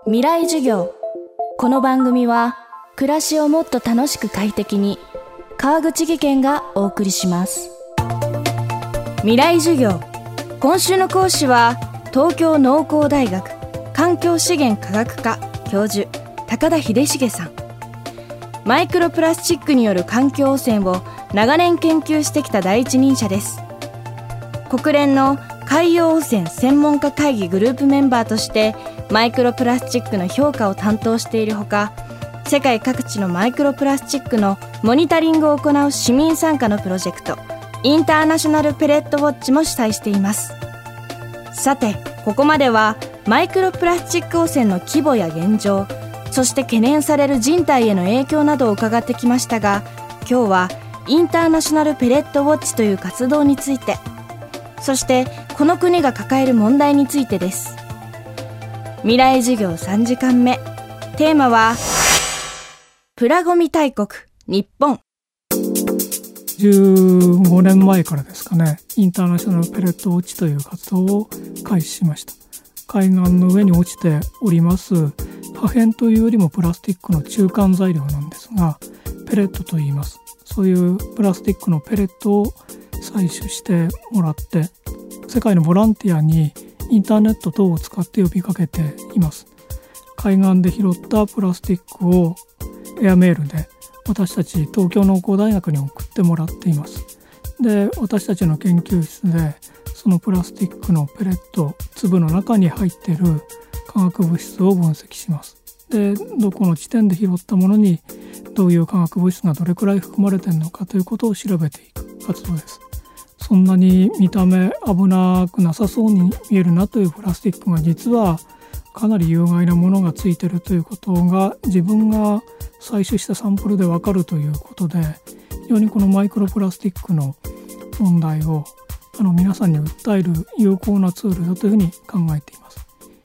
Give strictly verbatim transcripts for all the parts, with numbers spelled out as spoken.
未来授業。この番組は暮らしをもっと楽しく快適に、川口義賢がお送りします。未来授業。今週の講師は東京農工大学環境資源科学科教授高田秀重さん。マイクロプラスチックによる環境汚染を長年研究してきた第一人者です。国連の海洋汚染専門家会議グループメンバーとしてマイクロプラスチックの評価を担当しているほか、世界各地のマイクロプラスチックのモニタリングを行う市民参加のプロジェクトインターナショナルペレットウォッチも主催しています。さて、ここまではマイクロプラスチック汚染の規模や現状、そして懸念される人体への影響などを伺ってきましたが、今日はインターナショナルペレットウォッチという活動について、そしてこの国が抱える問題についてです。未来授業さんじかんめ、テーマはプラゴミ大国日本。 じゅうごねんまえからですかね、インターナショナルペレットウォッチという活動を開始しました。海岸の上に落ちております破片というよりもプラスチックの中間材料なんですが、ペレットと言います。そういうプラスチックのペレットを採取してもらって、世界のボランティアにインターネット等を使って呼びかけています。海岸で拾ったプラスチックをエアメールで私たち東京農工大学に送ってもらっています。で、私たちの研究室でそのプラスチックのペレット粒の中に入っている化学物質を分析します。で、どこの地点で拾ったものにどういう化学物質がどれくらい含まれているのかということを調べていく活動です。そんなに見た目危なくなさそうに見えるなというプラスチックが実はかなり有害なものがついているということが自分が採取したサンプルで分かるということで、非常にこのマイクロプラスチックの問題をあの皆さんに訴える有効なツールだというふうに考えています。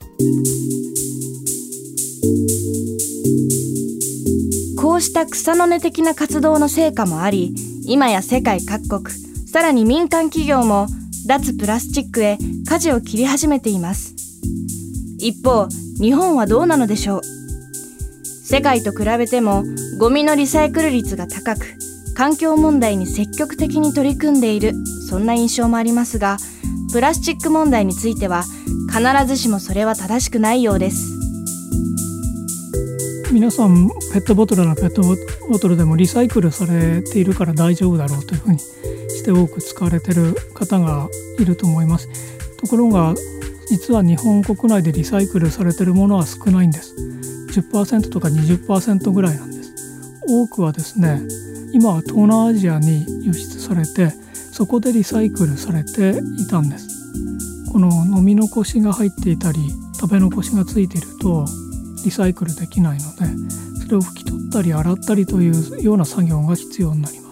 こうした草の根的な活動の成果もあり、今や世界各国、さらに民間企業も脱プラスチックへ舵を切り始めています。一方、日本はどうなのでしょう。世界と比べてもゴミのリサイクル率が高く、環境問題に積極的に取り組んでいる、そんな印象もありますが、プラスチック問題については必ずしもそれは正しくないようです。 皆さんペットボトルのペットボトルでもリサイクルされているから大丈夫だろうというふうにして多く使われている方がいると思います。ところが実は日本国内でリサイクルされているものは少ないんです。 じゅっパーセント とか にじゅっパーセント ぐらいなんです。多くはですね、今は東南アジアに輸出されて、そこでリサイクルされていたんです。この飲み残しが入っていたり食べ残しがついているとリサイクルできないので、それを拭き取ったり洗ったりというような作業が必要になります。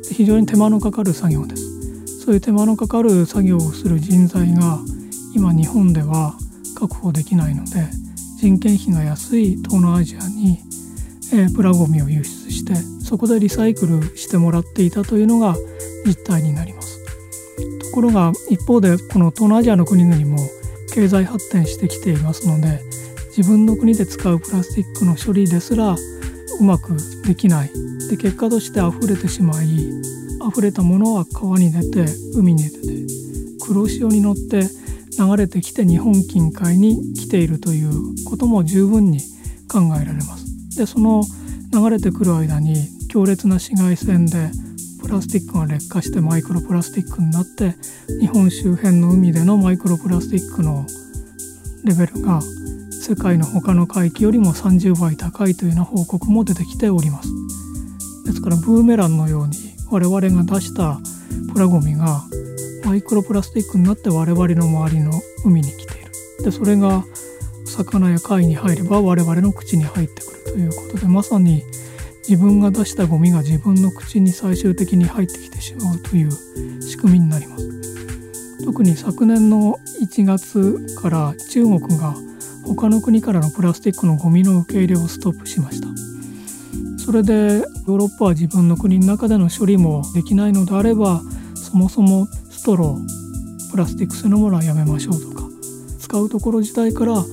非常に手間のかかる作業です。そういう手間のかかる作業をする人材が今日本では確保できないので、人件費が安い東南アジアに、えー、プラゴミを輸出して、そこでリサイクルしてもらっていたというのが実態になります。ところが一方でこの東南アジアの国々も経済発展してきていますので、自分の国で使うプラスチックの処理ですらうまくできない。で、結果として溢れてしまい、溢れたものは川に出て海に出て黒潮に乗って流れてきて日本近海に来ているということも十分に考えられます。で、その流れてくる間に強烈な紫外線でプラスチックが劣化してマイクロプラスチックになって、日本周辺の海でのマイクロプラスチックのレベルが世界の他の海域よりもさんじゅうばい高いというような報告も出てきております。ですからブーメランのように我々が出したプラゴミがマイクロプラスチックになって我々の周りの海に来ている。で、それが魚や貝に入れば我々の口に入ってくるということで、まさに自分が出したゴミが自分の口に最終的に入ってきてしまうという仕組みになります。特に昨年のいちがつから中国が他の国からのプラスチックのゴミの受け入れをストップしました。それでヨーロッパは自分の国の中での処理もできないのであれば、そもそもストロー、プラスチックそのものはやめましょうとか、使うところ自体から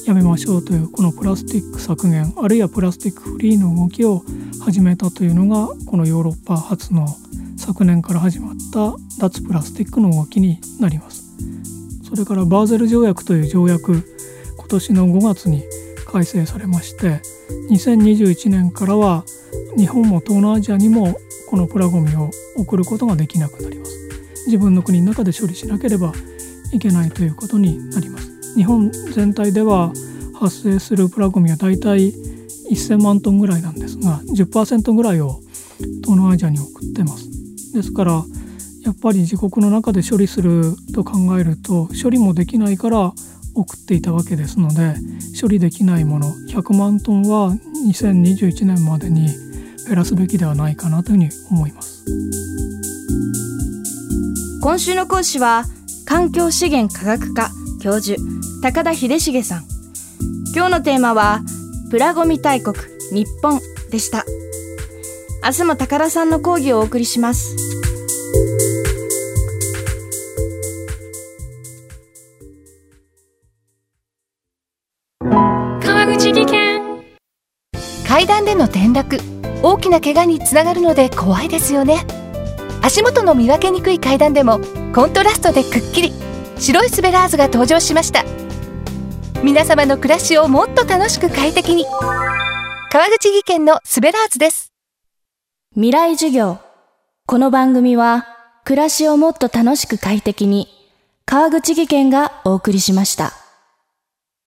やめましょうというこのプラスチック削減あるいはプラスチックフリーの動きを始めたというのがこのヨーロッパ初の昨年から始まった脱プラスチックの動きになります。それからバーゼル条約という条約、今年のごがつに改正されまして、にせんにじゅういちねんからは日本も東南アジアにもこのプラゴミを送ることができなくなります。自分の国の中で処理しなければいけないということになります。日本全体では発生するプラゴミはだいたいせんまんトンぐらいなんですが、 じゅっパーセント ぐらいを東南アジアに送ってます。ですからやっぱり自国の中で処理すると考えると、処理もできないから送っていたわけですので、処理できないものひゃくまんトンはにせんにじゅういちねんまでに減らすべきではないかなというふうに思います。 今週の講師は環境資源科学科教授高田秀重さん。今日のテーマはプラゴミ大国日本でした。明日も高田さんの講義をお送りします。 川口技研。階段での転落、大きな怪我につながるので怖いですよね。足元の見分けにくい階段でもコントラストでくっきり白いスベラーズが登場しました。皆様の暮らしをもっと楽しく快適に、川口技研のスベラーズです。 未来授業。この番組は暮らしをもっと楽しく快適に、川口技研がお送りしました。